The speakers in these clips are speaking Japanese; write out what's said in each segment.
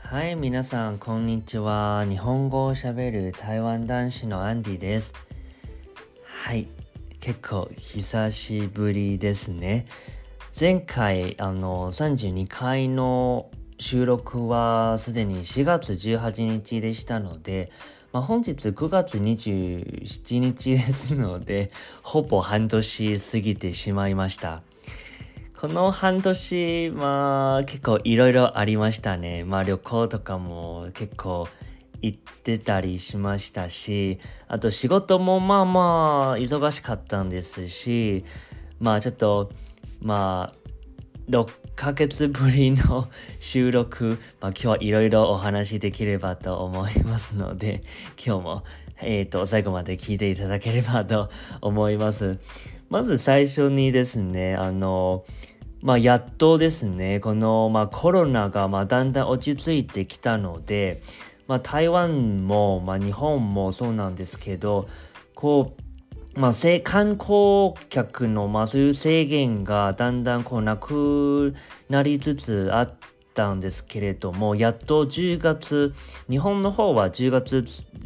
はい、皆さん、こんにちは。日本語を喋る台湾男子のアンディです。はい、結構久しぶりですね。前回、32回の収録はすでに4月18日でしたので、本日9月27日ですので、ほぼ半年過ぎてしまいました。この半年、結構いろいろありましたね。旅行とかも結構行ってたりしましたし、あと仕事も忙しかったんですし、ちょっと、6ヶ月ぶりの収録、今日はいろいろお話できればと思いますので、今日も、最後まで聞いていただければと思います。まず最初にですね、やっとですね、この、コロナが、だんだん落ち着いてきたので、台湾も、日本もそうなんですけど、観光客の、そういう制限がだんだんなくなりつつあったんですけれども、やっと10月、日本の方は10月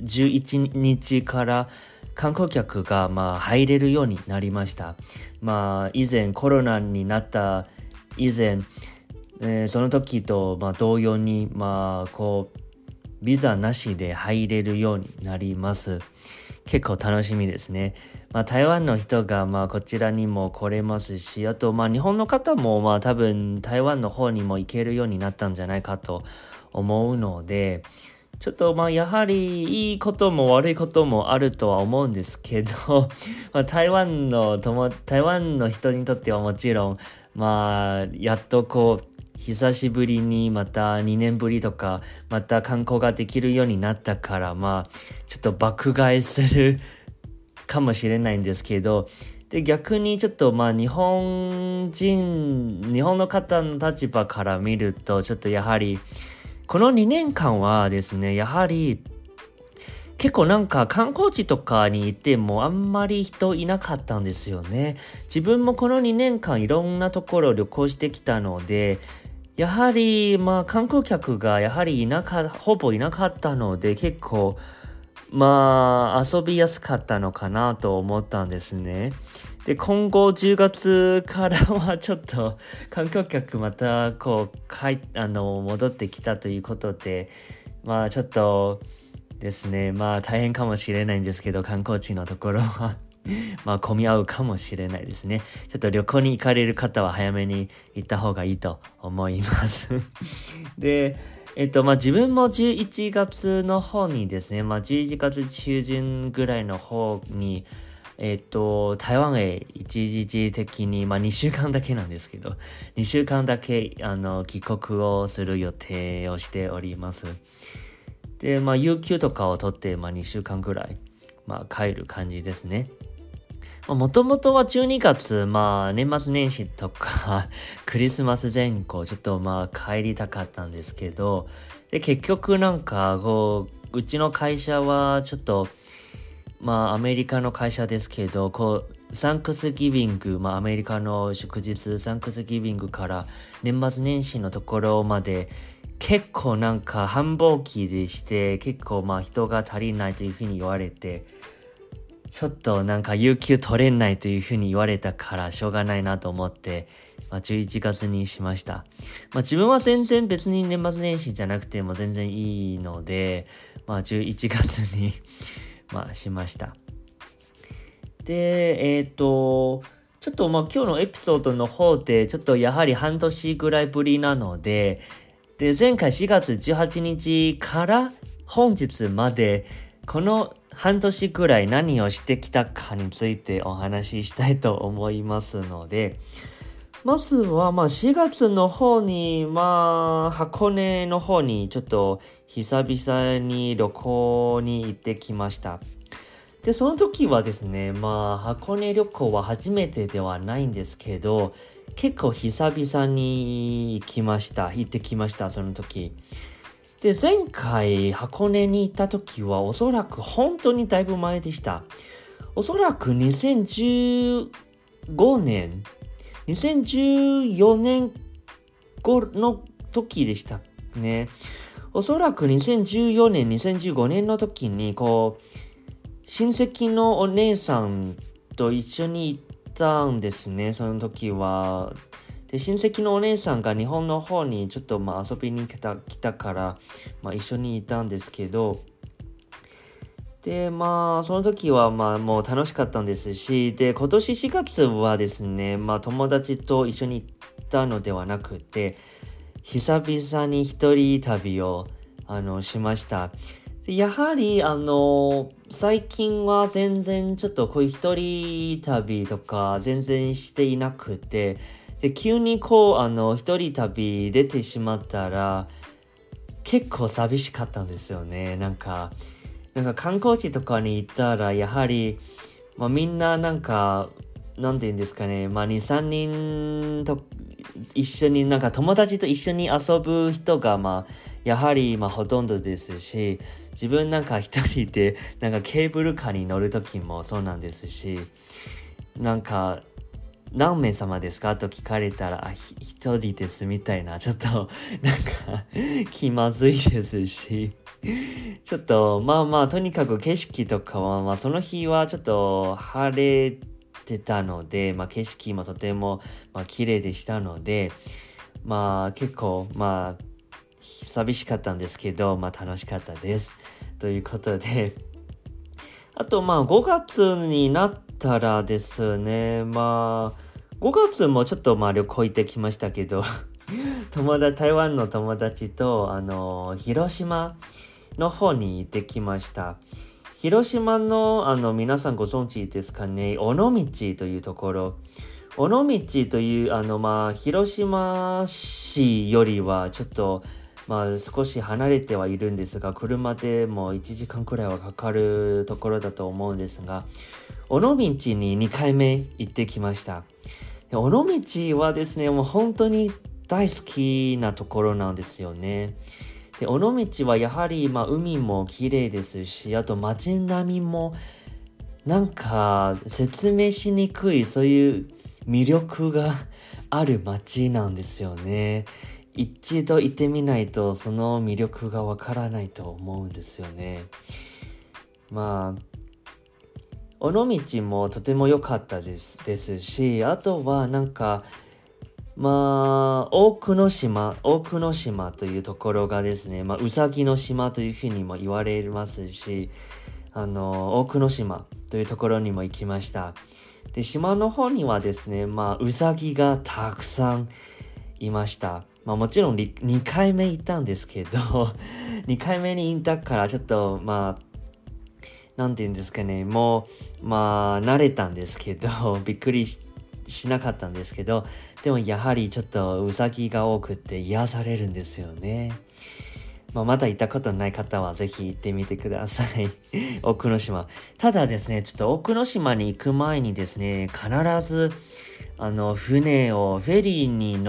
11日から観光客が入れるようになりました。以前コロナになった以前、その時と同様にビザなしで入れるようになります。結構楽しみですね。台湾の人がこちらにも来れますし、あと日本の方も多分台湾の方にも行けるようになったんじゃないかと思うので、ちょっとやはりいいことも悪いこともあるとは思うんですけど、台湾の人にとってはもちろん、やっと久しぶりにまた2年ぶりとか、また観光ができるようになったから、ちょっと爆買いするかもしれないんですけど、で、逆にちょっと日本の方の立場から見ると、ちょっとやはり、この2年間はですね、やはり結構観光地とかに行ってもあんまり人いなかったんですよね。自分もこの2年間いろんなところ旅行してきたので、やはり観光客がやはりほぼいなかったので、結構遊びやすかったのかなと思ったんですね。で、今後10月からはちょっと観光客また戻ってきたということで、ちょっとですね、大変かもしれないんですけど、観光地のところは混み合うかもしれないですね。ちょっと旅行に行かれる方は早めに行った方がいいと思いますで、自分も11月の方にですね、11月中旬ぐらいの方に、台湾へ一時的に、2週間だけなんですけど、2週間だけ、帰国をする予定をしております。で、有給とかを取って、2週間ぐらい、帰る感じですね。もともとは12月、年末年始とか、クリスマス前後、ちょっと帰りたかったんですけど、で、結局うちの会社はちょっと、アメリカの会社ですけど、サンクスギビング、アメリカの祝日、サンクスギビングから年末年始のところまで、結構繁忙期でして、結構人が足りないというふうに言われて、ちょっと有給取れないというふうに言われたからしょうがないなと思って、11月にしました。自分は全然別に年末年始じゃなくても全然いいので、11月にしました。で、ちょっと今日のエピソードの方で、ちょっとやはり半年ぐらいぶりなので、前回4月18日から本日まで、この半年くらい何をしてきたかについてお話ししたいと思いますので、まずは4月の方に箱根の方にちょっと久々に旅行に行ってきました。で、その時はですね、箱根旅行は初めてではないんですけど、結構久々に行ってきました、その時。で、前回箱根に行った時はおそらく本当にだいぶ前でした。おそらく2015年、2014年頃の時でしたね。 おそらく2014年、2015年の時に、親戚のお姉さんと一緒に行ったんですね、その時は。で、親戚のお姉さんが日本の方にちょっと遊びに来たから、一緒にいたんですけど、で、その時はもう楽しかったんですし、で、今年4月はですね、友達と一緒に行ったのではなくて、久々に一人旅を、しました。でやはり、最近は全然ちょっとこういう一人旅とか全然していなくて、で、急に一人旅出てしまったら、結構寂しかったんですよね。なんか観光地とかに行ったら、やはり、みんななんて言うんですかね、2、3人と一緒に、友達と一緒に遊ぶ人が、やはり、ほとんどですし、自分一人で、ケーブルカーに乗るときもそうなんですし、何名様ですかと聞かれたら、一人ですみたいな、ちょっと、気まずいですし、ちょっと、とにかく景色とかは、その日はちょっと晴れてたので、景色もとても、綺麗でしたので、結構、寂しかったんですけど、楽しかったです。ということで、あと、5月になったらですね、5月もちょっと旅行行ってきましたけど、台湾の友達と、広島の方に行ってきました。広島の、皆さんご存知ですかね、尾道というところ。尾道という、広島市よりはちょっと、少し離れてはいるんですが、車でも1時間くらいはかかるところだと思うんですが、尾道に2回目行ってきました。尾道はですね、もう本当に大好きなところなんですよね。で、尾道はやはり、海も綺麗ですし、あと街並みも説明しにくい、そういう魅力がある街なんですよね。一度行ってみないとその魅力がわからないと思うんですよね。尾道もとても良かったですし、あとは大久野島というところがですね、うさぎの島というふうにも言われますし、大久野島というところにも行きました。で、島の方にはですね、うさぎがたくさんいました。もちろん2回目行ったんですけど、2回目に行ったからちょっと、なんて言うんですかね、もう、慣れたんですけど、びっくりしなかったんですけど、でもやはりちょっとうさぎが多くて癒されるんですよね。まだ行ったことない方はぜひ行ってみてください。大久野島。ただですね、ちょっと大久野島に行く前にですね、必ず、フェリーに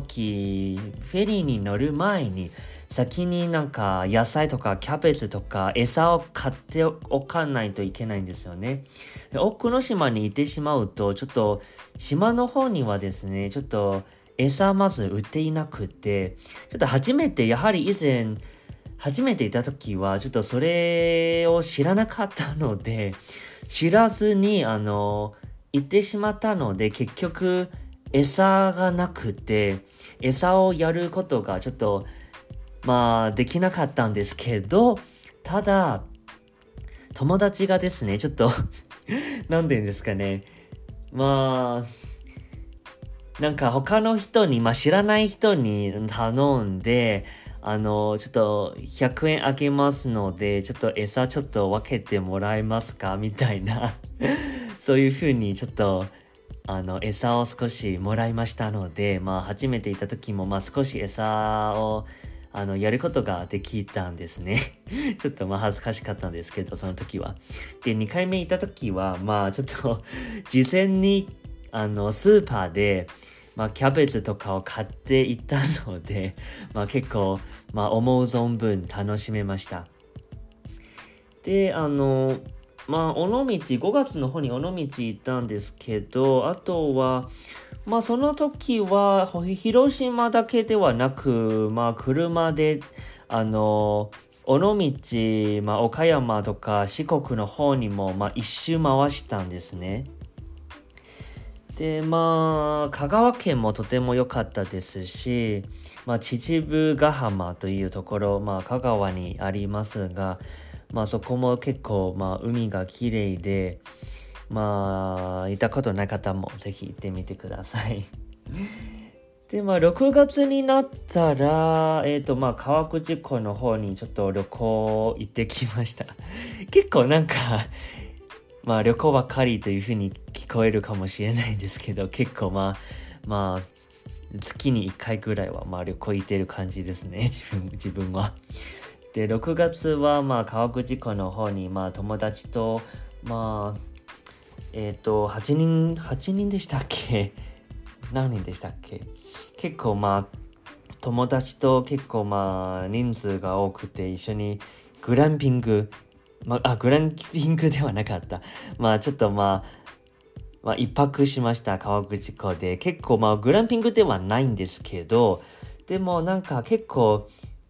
乗る前に、先に野菜とかキャベツとか餌を買っておかないといけないんですよね。で、大久野島に行ってしまうと、ちょっと島の方にはですね、ちょっと餌まず売っていなくて、ちょっと初めていた時は、ちょっとそれを知らなかったので、知らずに、行ってしまったので、結局、餌がなくて、餌をやることがちょっと、できなかったんですけど、ただ、友達がですね、ちょっとなんて言うんですかね、他の人に、知らない人に頼んで、ちょっと100円あげますので、ちょっと餌ちょっと分けてもらえますかみたいなそういう風にちょっと餌を少しもらいましたので、初めて行った時も少し餌をやることができたんですねちょっと恥ずかしかったんですけど、その時は。で、2回目行った時はちょっと事前にスーパーでキャベツとかを買っていったので、結構、思う存分楽しめました。で、尾道、5月の方に尾道行ったんですけど、あとは、その時は、広島だけではなく、車で、 尾道、岡山とか四国の方にも、一周回したんですね。で、香川県もとても良かったですし、秩父ヶ浜というところ、香川にありますが、そこも結構、海が綺麗で、行ったことない方もぜひ行ってみてください。で、6月になったら、河口湖の方にちょっと旅行行ってきました。結構なんか、旅行ばかりというふうに聞こえるかもしれないんですけど、結構月に1回ぐらいは旅行行ってる感じですね、自分は。で、6月は河口湖の方に友達と8人でしたっけ？何人でしたっけ？結構友達と結構人数が多くて一緒にグランピングではなかった。ちょっと一泊しました、河口湖で。結構グランピングではないんですけど、でもなんか結構、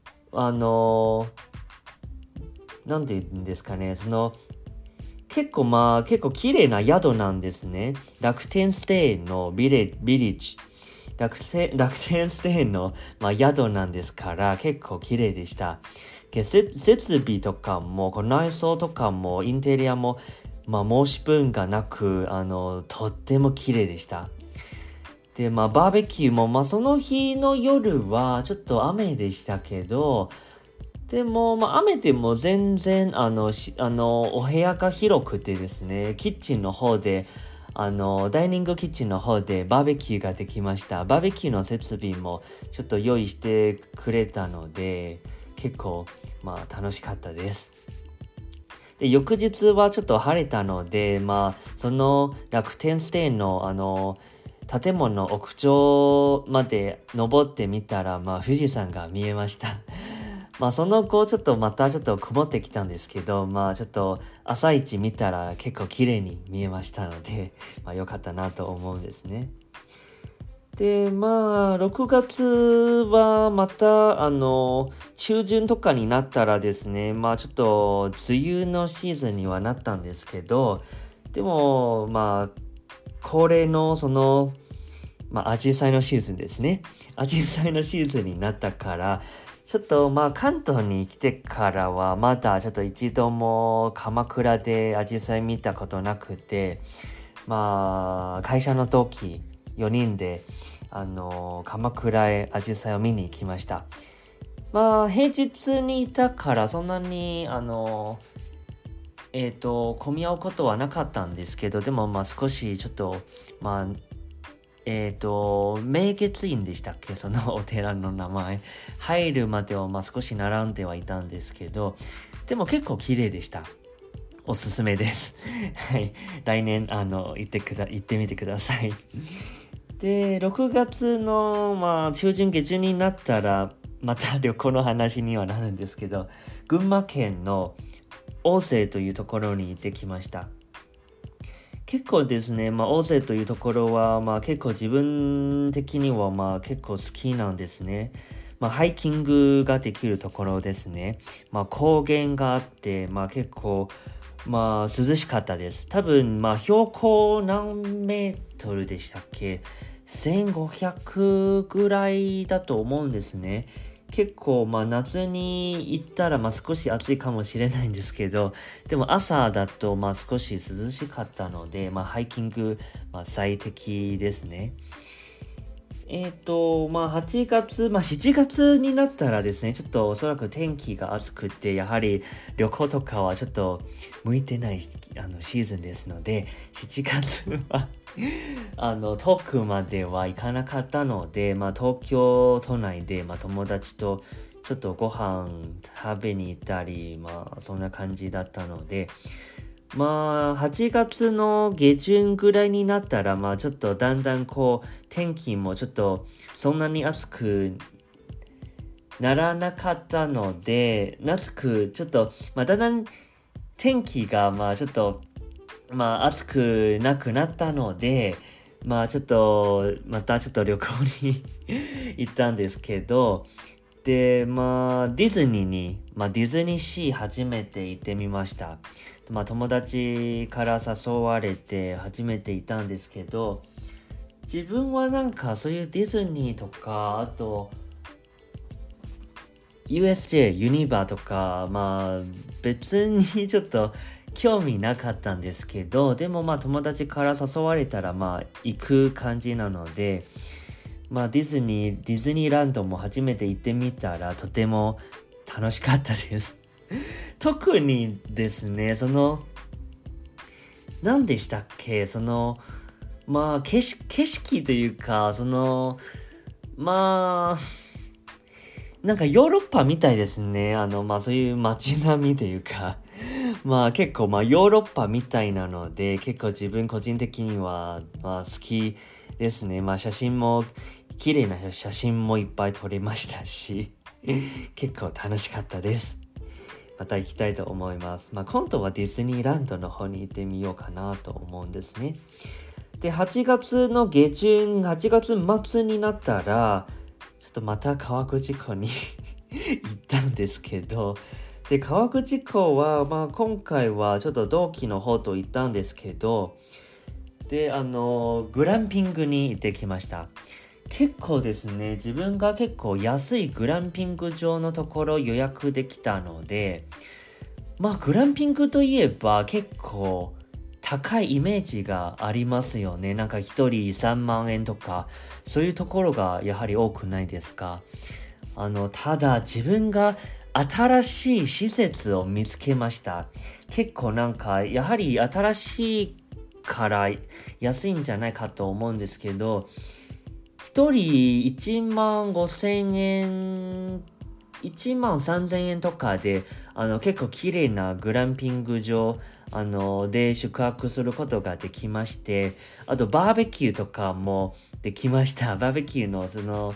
なんて言うんですかね、結構綺麗な宿なんですね。楽天ステイのビレッジ。楽天ステイの、宿なんですから、結構綺麗でした。設備とかも、内装とかも、インテリアも、申し分がなく、とっても綺麗でした。で、バーベキューも、その日の夜は、ちょっと雨でしたけど、でも、雨でも全然、お部屋が広くてですね、キッチンの方で、ダイニングキッチンの方でバーベキューができました。バーベキューの設備もちょっと用意してくれたので、結構、楽しかったです。で、翌日はちょっと晴れたので、その楽天ステイの、建物屋上まで登ってみたら、富士山が見えました。その後、ちょっと曇ってきたんですけど、ちょっと朝一見たら結構綺麗に見えましたので、良かったなと思うんですね。で、6月はまた、中旬とかになったらですね、ちょっと梅雨のシーズンにはなったんですけど、でも、恒例のアジサイのシーズンですね。アジサイのシーズンになったから、ちょっと関東に来てからはまだちょっと一度も鎌倉でアジサイ見たことなくて、会社の時4人で鎌倉へアジサイを見に行きました。平日にいたからそんなに混み合うことはなかったんですけど、でも少しちょっと明月院でしたっけ、そのお寺の名前。入るまでは少し並んではいたんですけど、でも結構綺麗でした。おすすめです。はい。来年、行ってみてください。で、6月の、中旬下旬になったら、また旅行の話にはなるんですけど、群馬県の大勢というところに行ってきました。結構ですね、大勢というところは、結構自分的には、結構好きなんですね。ハイキングができるところですね。高原があって、結構、涼しかったです。多分、標高何メートルでしたっけ？ 1500 ぐらいだと思うんですね。結構夏に行ったら少し暑いかもしれないんですけど、でも朝だと少し涼しかったので、ハイキング、最適ですね。8月、7月になったらですね、ちょっとおそらく天気が暑くて、やはり旅行とかはちょっと向いてないシーズンですので、7月は遠くまでは行かなかったので、東京都内で、友達とちょっとご飯食べに行ったり、そんな感じだったので、8月の下旬ぐらいになったら、ちょっとだんだん天気もちょっとそんなに暑くならなかったので、ちょっと、だんだん天気が、ちょっと、暑くなくなったので、ちょっと、またちょっと旅行に行ったんですけど、 で、ディズニーに、ディズニーシー初めて行ってみました。友達から誘われて初めて行ったんですけど、自分はなんかそういうディズニーとか、あと、USJ、ユニバとか、別にちょっと興味なかったんですけど、でも友達から誘われたら行く感じなので、ディズニーランドも初めて行ってみたらとても楽しかったです。特にですね、何でしたっけ、景色というか、なんかヨーロッパみたいですね。そういう街並みというか、結構ヨーロッパみたいなので、結構自分個人的には、好きですね。綺麗な写真もいっぱい撮れましたし、結構楽しかったです。また行きたいと思います。今度はディズニーランドの方に行ってみようかなと思うんですね。で、8月末になったら、ちょっとまた河口湖に行ったんですけど、で、河口湖は、今回はちょっと同期の方と行ったんですけど、で、グランピングに行ってきました。結構ですね、自分が結構安いグランピング場のところ予約できたので、グランピングといえば結構高いイメージがありますよね。なんか一人3万円とか、そういうところがやはり多くないですか。ただ自分が新しい施設を見つけました。結構なんか、やはり新しいから安いんじゃないかと思うんですけど、一人1万5,000円、1万3,000円とかで、結構綺麗なグランピング場、で宿泊することができまして、あとバーベキューとかもできました。バーベキューの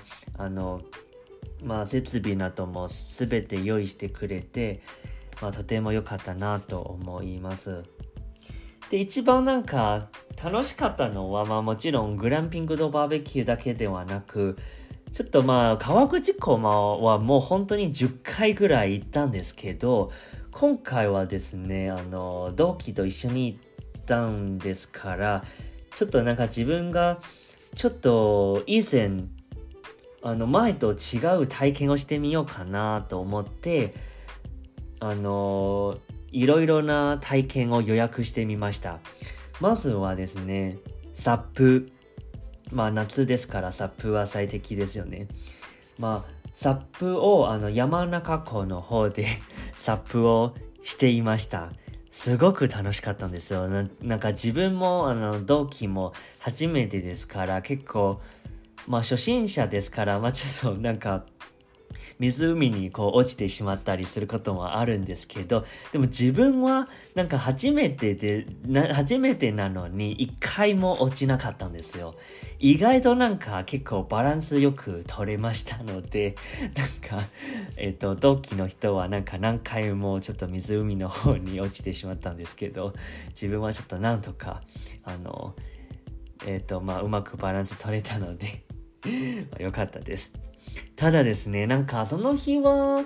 設備などもすべて用意してくれて、とても良かったなと思います。で、一番なんか楽しかったのは、もちろんグランピングとバーベキューだけではなく、ちょっと河口湖はもう本当に10回ぐらい行ったんですけど、今回はですね、同期と一緒に行ったんですから、ちょっとなんか自分がちょっと以前、前と違う体験をしてみようかなと思って、いろいろな体験を予約してみました。まずはですね、サップ。夏ですからサップは最適ですよね。サップを山中湖の方でサップをしていました。すごく楽しかったんですよ。なんか自分も同期も初めてですから結構初心者ですからちょっとなんか湖に落ちてしまったりすることもあるんですけど、でも自分はなんか初めてなのに一回も落ちなかったんですよ。意外となんか結構バランスよく取れましたので、なんか、同期の人はなんか何回もちょっと湖の方に落ちてしまったんですけど、自分はちょっとなんとか、うまくバランス取れたのでよかったです。ただですね、なんかその日は、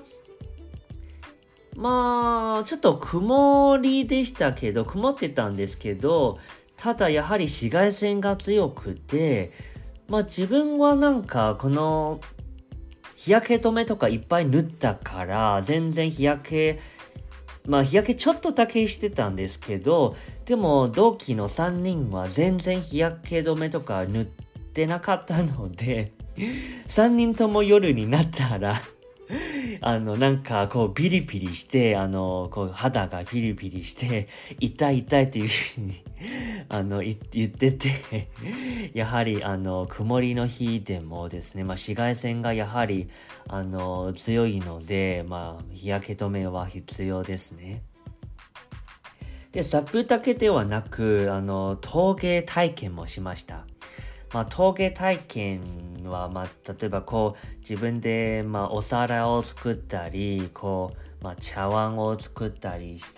ちょっと曇ってたんですけど、ただやはり紫外線が強くて、自分はなんかこの日焼け止めとかいっぱい塗ったから、全然日焼けちょっとだけしてたんですけど、でも同期の3人は全然日焼け止めとか塗ってなかったので、3人とも夜になったらなんかピリピリして肌がピリピリして痛いっていうふうに言っててやはり曇りの日でもですね、紫外線がやはり強いので日焼け止めは必要ですね。で、サップだけではなく陶芸体験もしました。陶芸体験は、例えば自分で、お皿を作ったり、茶碗を作ったりして、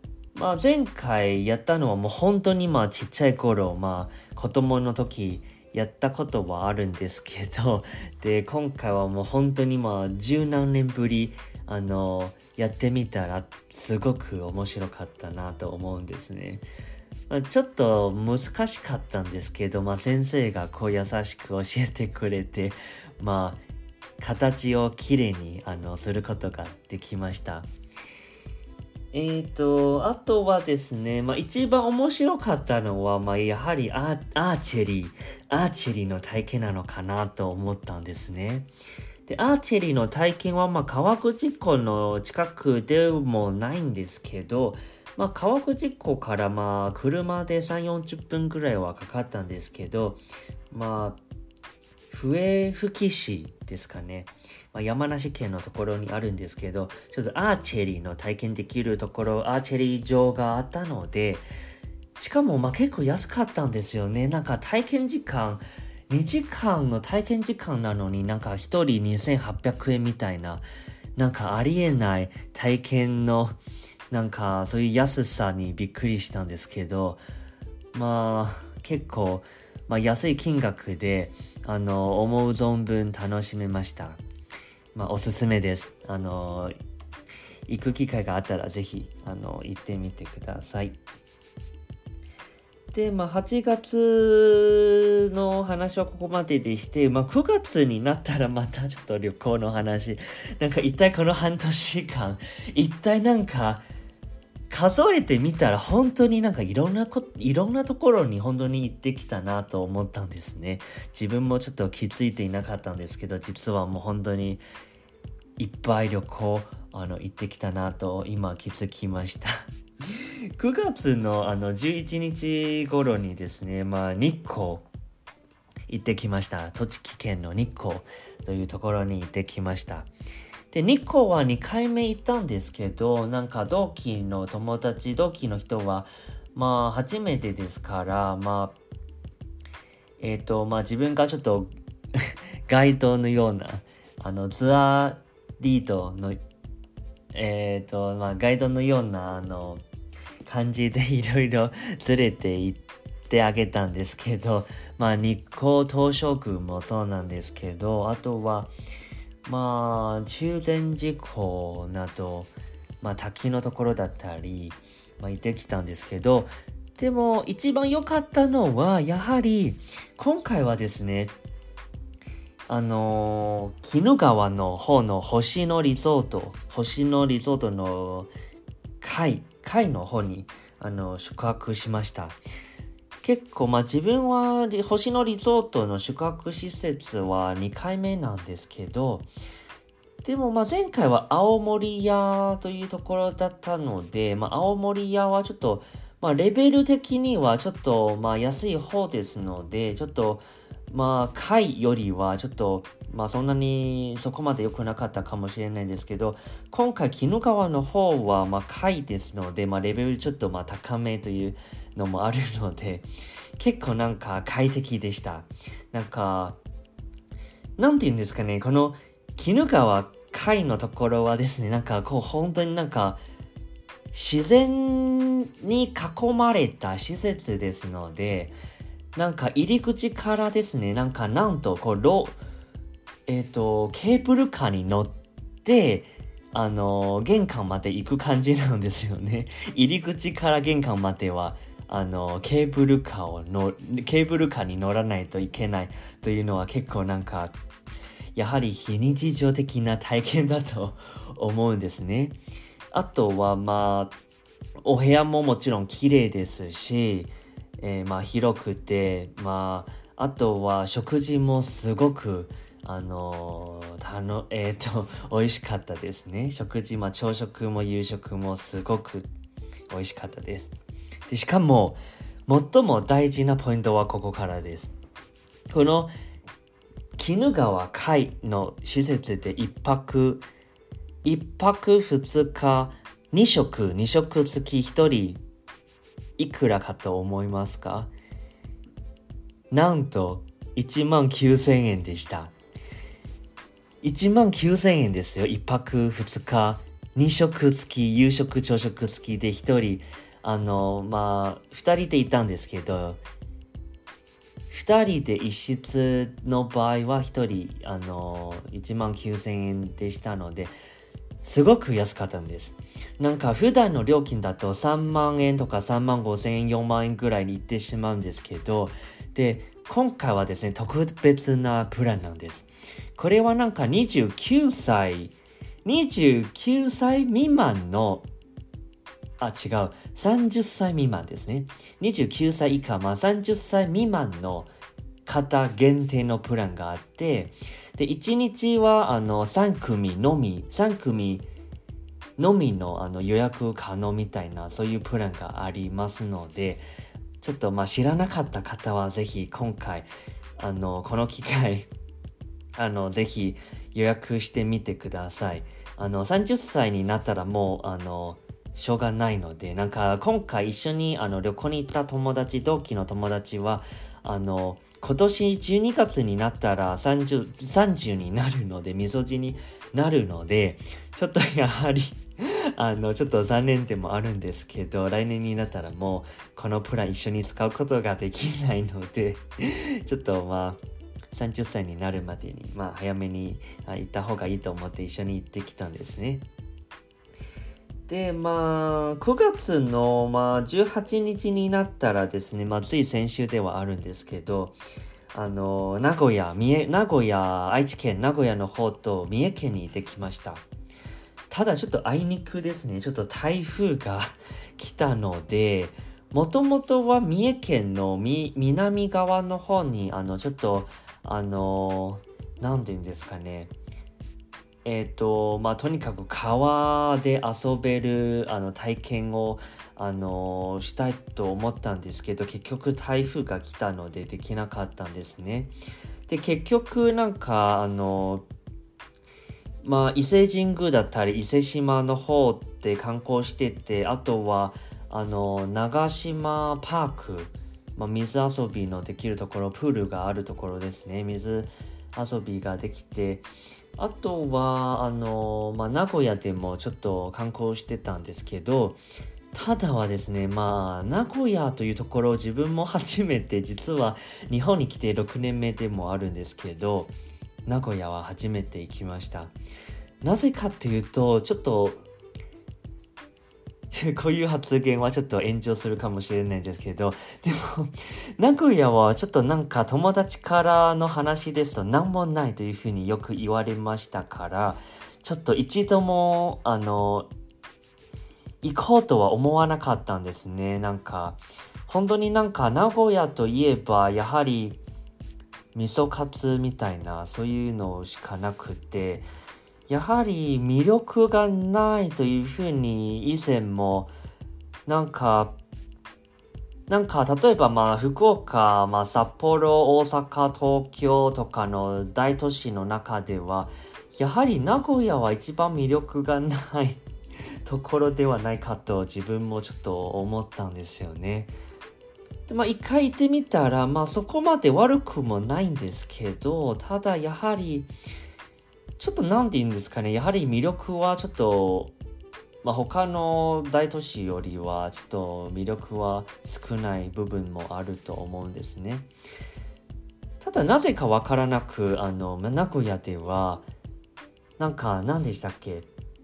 前回やったのはもう本当にちっちゃい頃、子供の時やったことはあるんですけど、で、今回はもう本当に十何年ぶり、やってみたらすごく面白かったなと思うんですね。ちょっと難しかったんですけど、先生がこう優しく教えてくれて、形をきれいにすることができました。あとはですね、一番面白かったのは、やはりアーチェリーの体験なのかなと思ったんですね。で、アーチェリーの体験は、川口湖の近くでもないんですけど、川口湖から車で3、40分くらいはかかったんですけど、笛吹市ですかね。山梨県のところにあるんですけど、ちょっとアーチェリーの体験できるところ、アーチェリー場があったので、しかも結構安かったんですよね。なんか体験時間、2時間の体験時間なのになんか1人2800円みたいな、なんかありえない体験のなんかそういう安さにびっくりしたんですけど、結構、安い金額で思う存分楽しめました。おすすめです。行く機会があったらぜひ行ってみてください。で、8月の話はここまででして、9月になったらまたちょっと旅行の話。なんか一体この半年間、一体なんか数えてみたら本当になんかいろんなところに本当に行ってきたなと思ったんですね。自分もちょっと気づいていなかったんですけど、実はもう本当にいっぱい旅行行ってきたなと今気づきました。9月の11日頃にですね、日光行ってきました。栃木県の日光というところに行ってきました。で、日光は2回目行ったんですけど、なんか同期の人は、初めてですから、自分がちょっとガイドのような、ツアーリードの、ガイドのような、感じでいろいろ連れて行ってあげたんですけど、日光東照宮もそうなんですけど、あとは、中禅寺湖など、滝のところだったり、行ってきたんですけど、でも一番良かったのは、やはり、今回はですね、鬼怒川の方の星野リゾートの海の方に宿泊しました。結構自分は星野リゾートの宿泊施設は2回目なんですけど、でも前回は青森屋というところだったので、青森屋はちょっとレベル的にはちょっと安い方ですので、ちょっと貝よりはちょっとそんなにそこまで良くなかったかもしれないんですけど、今回鬼怒川の方は貝ですので、レベルちょっと高めというのもあるので、結構なんか快適でした。なんかなんて言うんですかね、この鬼怒川貝のところはですね、なんか本当になんか自然に囲まれた施設ですので、なんか入り口からですね、なんとケーブルカーに乗って玄関まで行く感じなんですよね。入り口から玄関まではケーブルカーに乗らないといけないというのは結構なんかやはり非日常的な体験だと思うんですね。あとはお部屋ももちろん綺麗ですし、広くて、あとは食事もすごく美味しかったですね。食事、朝食も夕食もすごく美味しかったです。で、しかも最も大事なポイントはここからです。この鬼怒川海の施設で一泊二日2食付き1人いくらかと思いますか？なんと19,000円でした。19,000円ですよ。1泊2日2食付き、夕食朝食付きで1人2人でいたんですけど、 2人で一室の場合は1人19,000円でしたので、すごく安かったんです。なんか普段の料金だと3万円とか3万5千円、4万円ぐらいに行ってしまうんですけど、で、今回はですね、特別なプランなんです。これはなんか29歳未満の、30歳未満ですね。29歳以下、30歳未満の方限定のプランがあって、で、1日は3組のみの予約可能みたいな、そういうプランがありますので、ちょっと知らなかった方はぜひ今回、この機会、ぜひ予約してみてください。30歳になったらもう、しょうがないので、なんか今回一緒に旅行に行った同期の友達は、今年12月になったら30になるので、みそじになるので、ちょっとやはり、ちょっと残念でもあるんですけど、来年になったらもう、このプラン一緒に使うことができないので、ちょっと30歳になるまでに、早めに行った方がいいと思って一緒に行ってきたんですね。で、9月の、18日になったらですね、つい先週ではあるんですけど、名古屋、愛知県名古屋の方と三重県に行ってきました。ただちょっとあいにくですね、ちょっと台風が来たので、もともとは三重県の南側の方に、ちょっと、なんていうんですかね、とにかく川で遊べる体験をしたいと思ったんですけど、結局台風が来たのでできなかったんですね。で、結局なんか伊勢神宮だったり伊勢島の方で観光してて、あとは長島パーク、水遊びのできるところ、プールがあるところですね。水遊びができて、あとは名古屋でもちょっと観光してたんですけど、ただはですね、名古屋というところを自分も初めて、実は日本に来て6年目でもあるんですけど、名古屋は初めて行きました。なぜかっていうと、ちょっとこういう発言はちょっと炎上するかもしれないんですけど、でも名古屋はちょっとなんか友達からの話ですと何もないというふうによく言われましたから、ちょっと一度も行こうとは思わなかったんですね。なんか本当になんか名古屋といえばやはり味噌カツみたいな、そういうのしかなくて、やはり魅力がないというふうに以前もなんか例えば福岡、札幌、大阪、東京とかの大都市の中ではやはり名古屋は一番魅力がないところではないかと自分もちょっと思ったんですよね。で、一回行ってみたらそこまで悪くもないんですけど、ただやはりちょっとなんて言うんですかね、やはり魅力はちょっと、他の大都市よりはちょっと魅力は少ない部分もあると思うんですね。ただなぜかわからなく、名古屋では、何でしたっけ、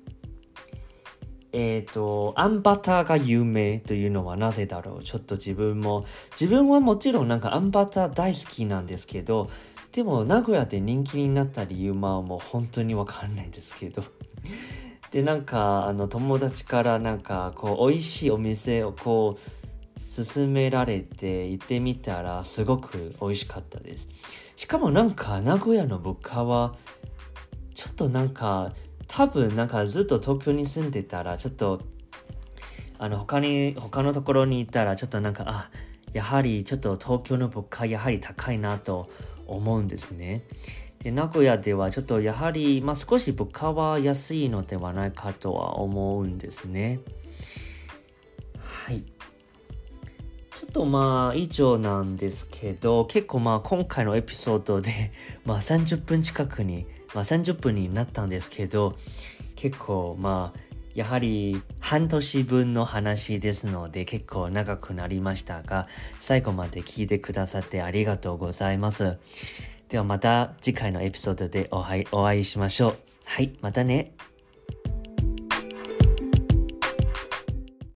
あんバターが有名というのはなぜだろう。ちょっと自分はもちろんあんバター大好きなんですけど、でも名古屋で人気になった理由はもう本当にわかんないんですけどで友達から美味しいお店を勧められて行ってみたらすごく美味しかったです。しかも名古屋の物価はちょっと多分ずっと東京に住んでたらちょっと他のところに行ったらちょっとやはりちょっと東京の物価やはり高いなと思うんですね。で、名古屋ではちょっとやはり、少し物価は安いのではないかとは思うんですね。はい。ちょっと以上なんですけど、結構今回のエピソードで30分近くに、30分になったんですけど、結構やはり半年分の話ですので結構長くなりましたが、最後まで聞いてくださってありがとうございます。ではまた次回のエピソードでお会いしましょう。はい、またね。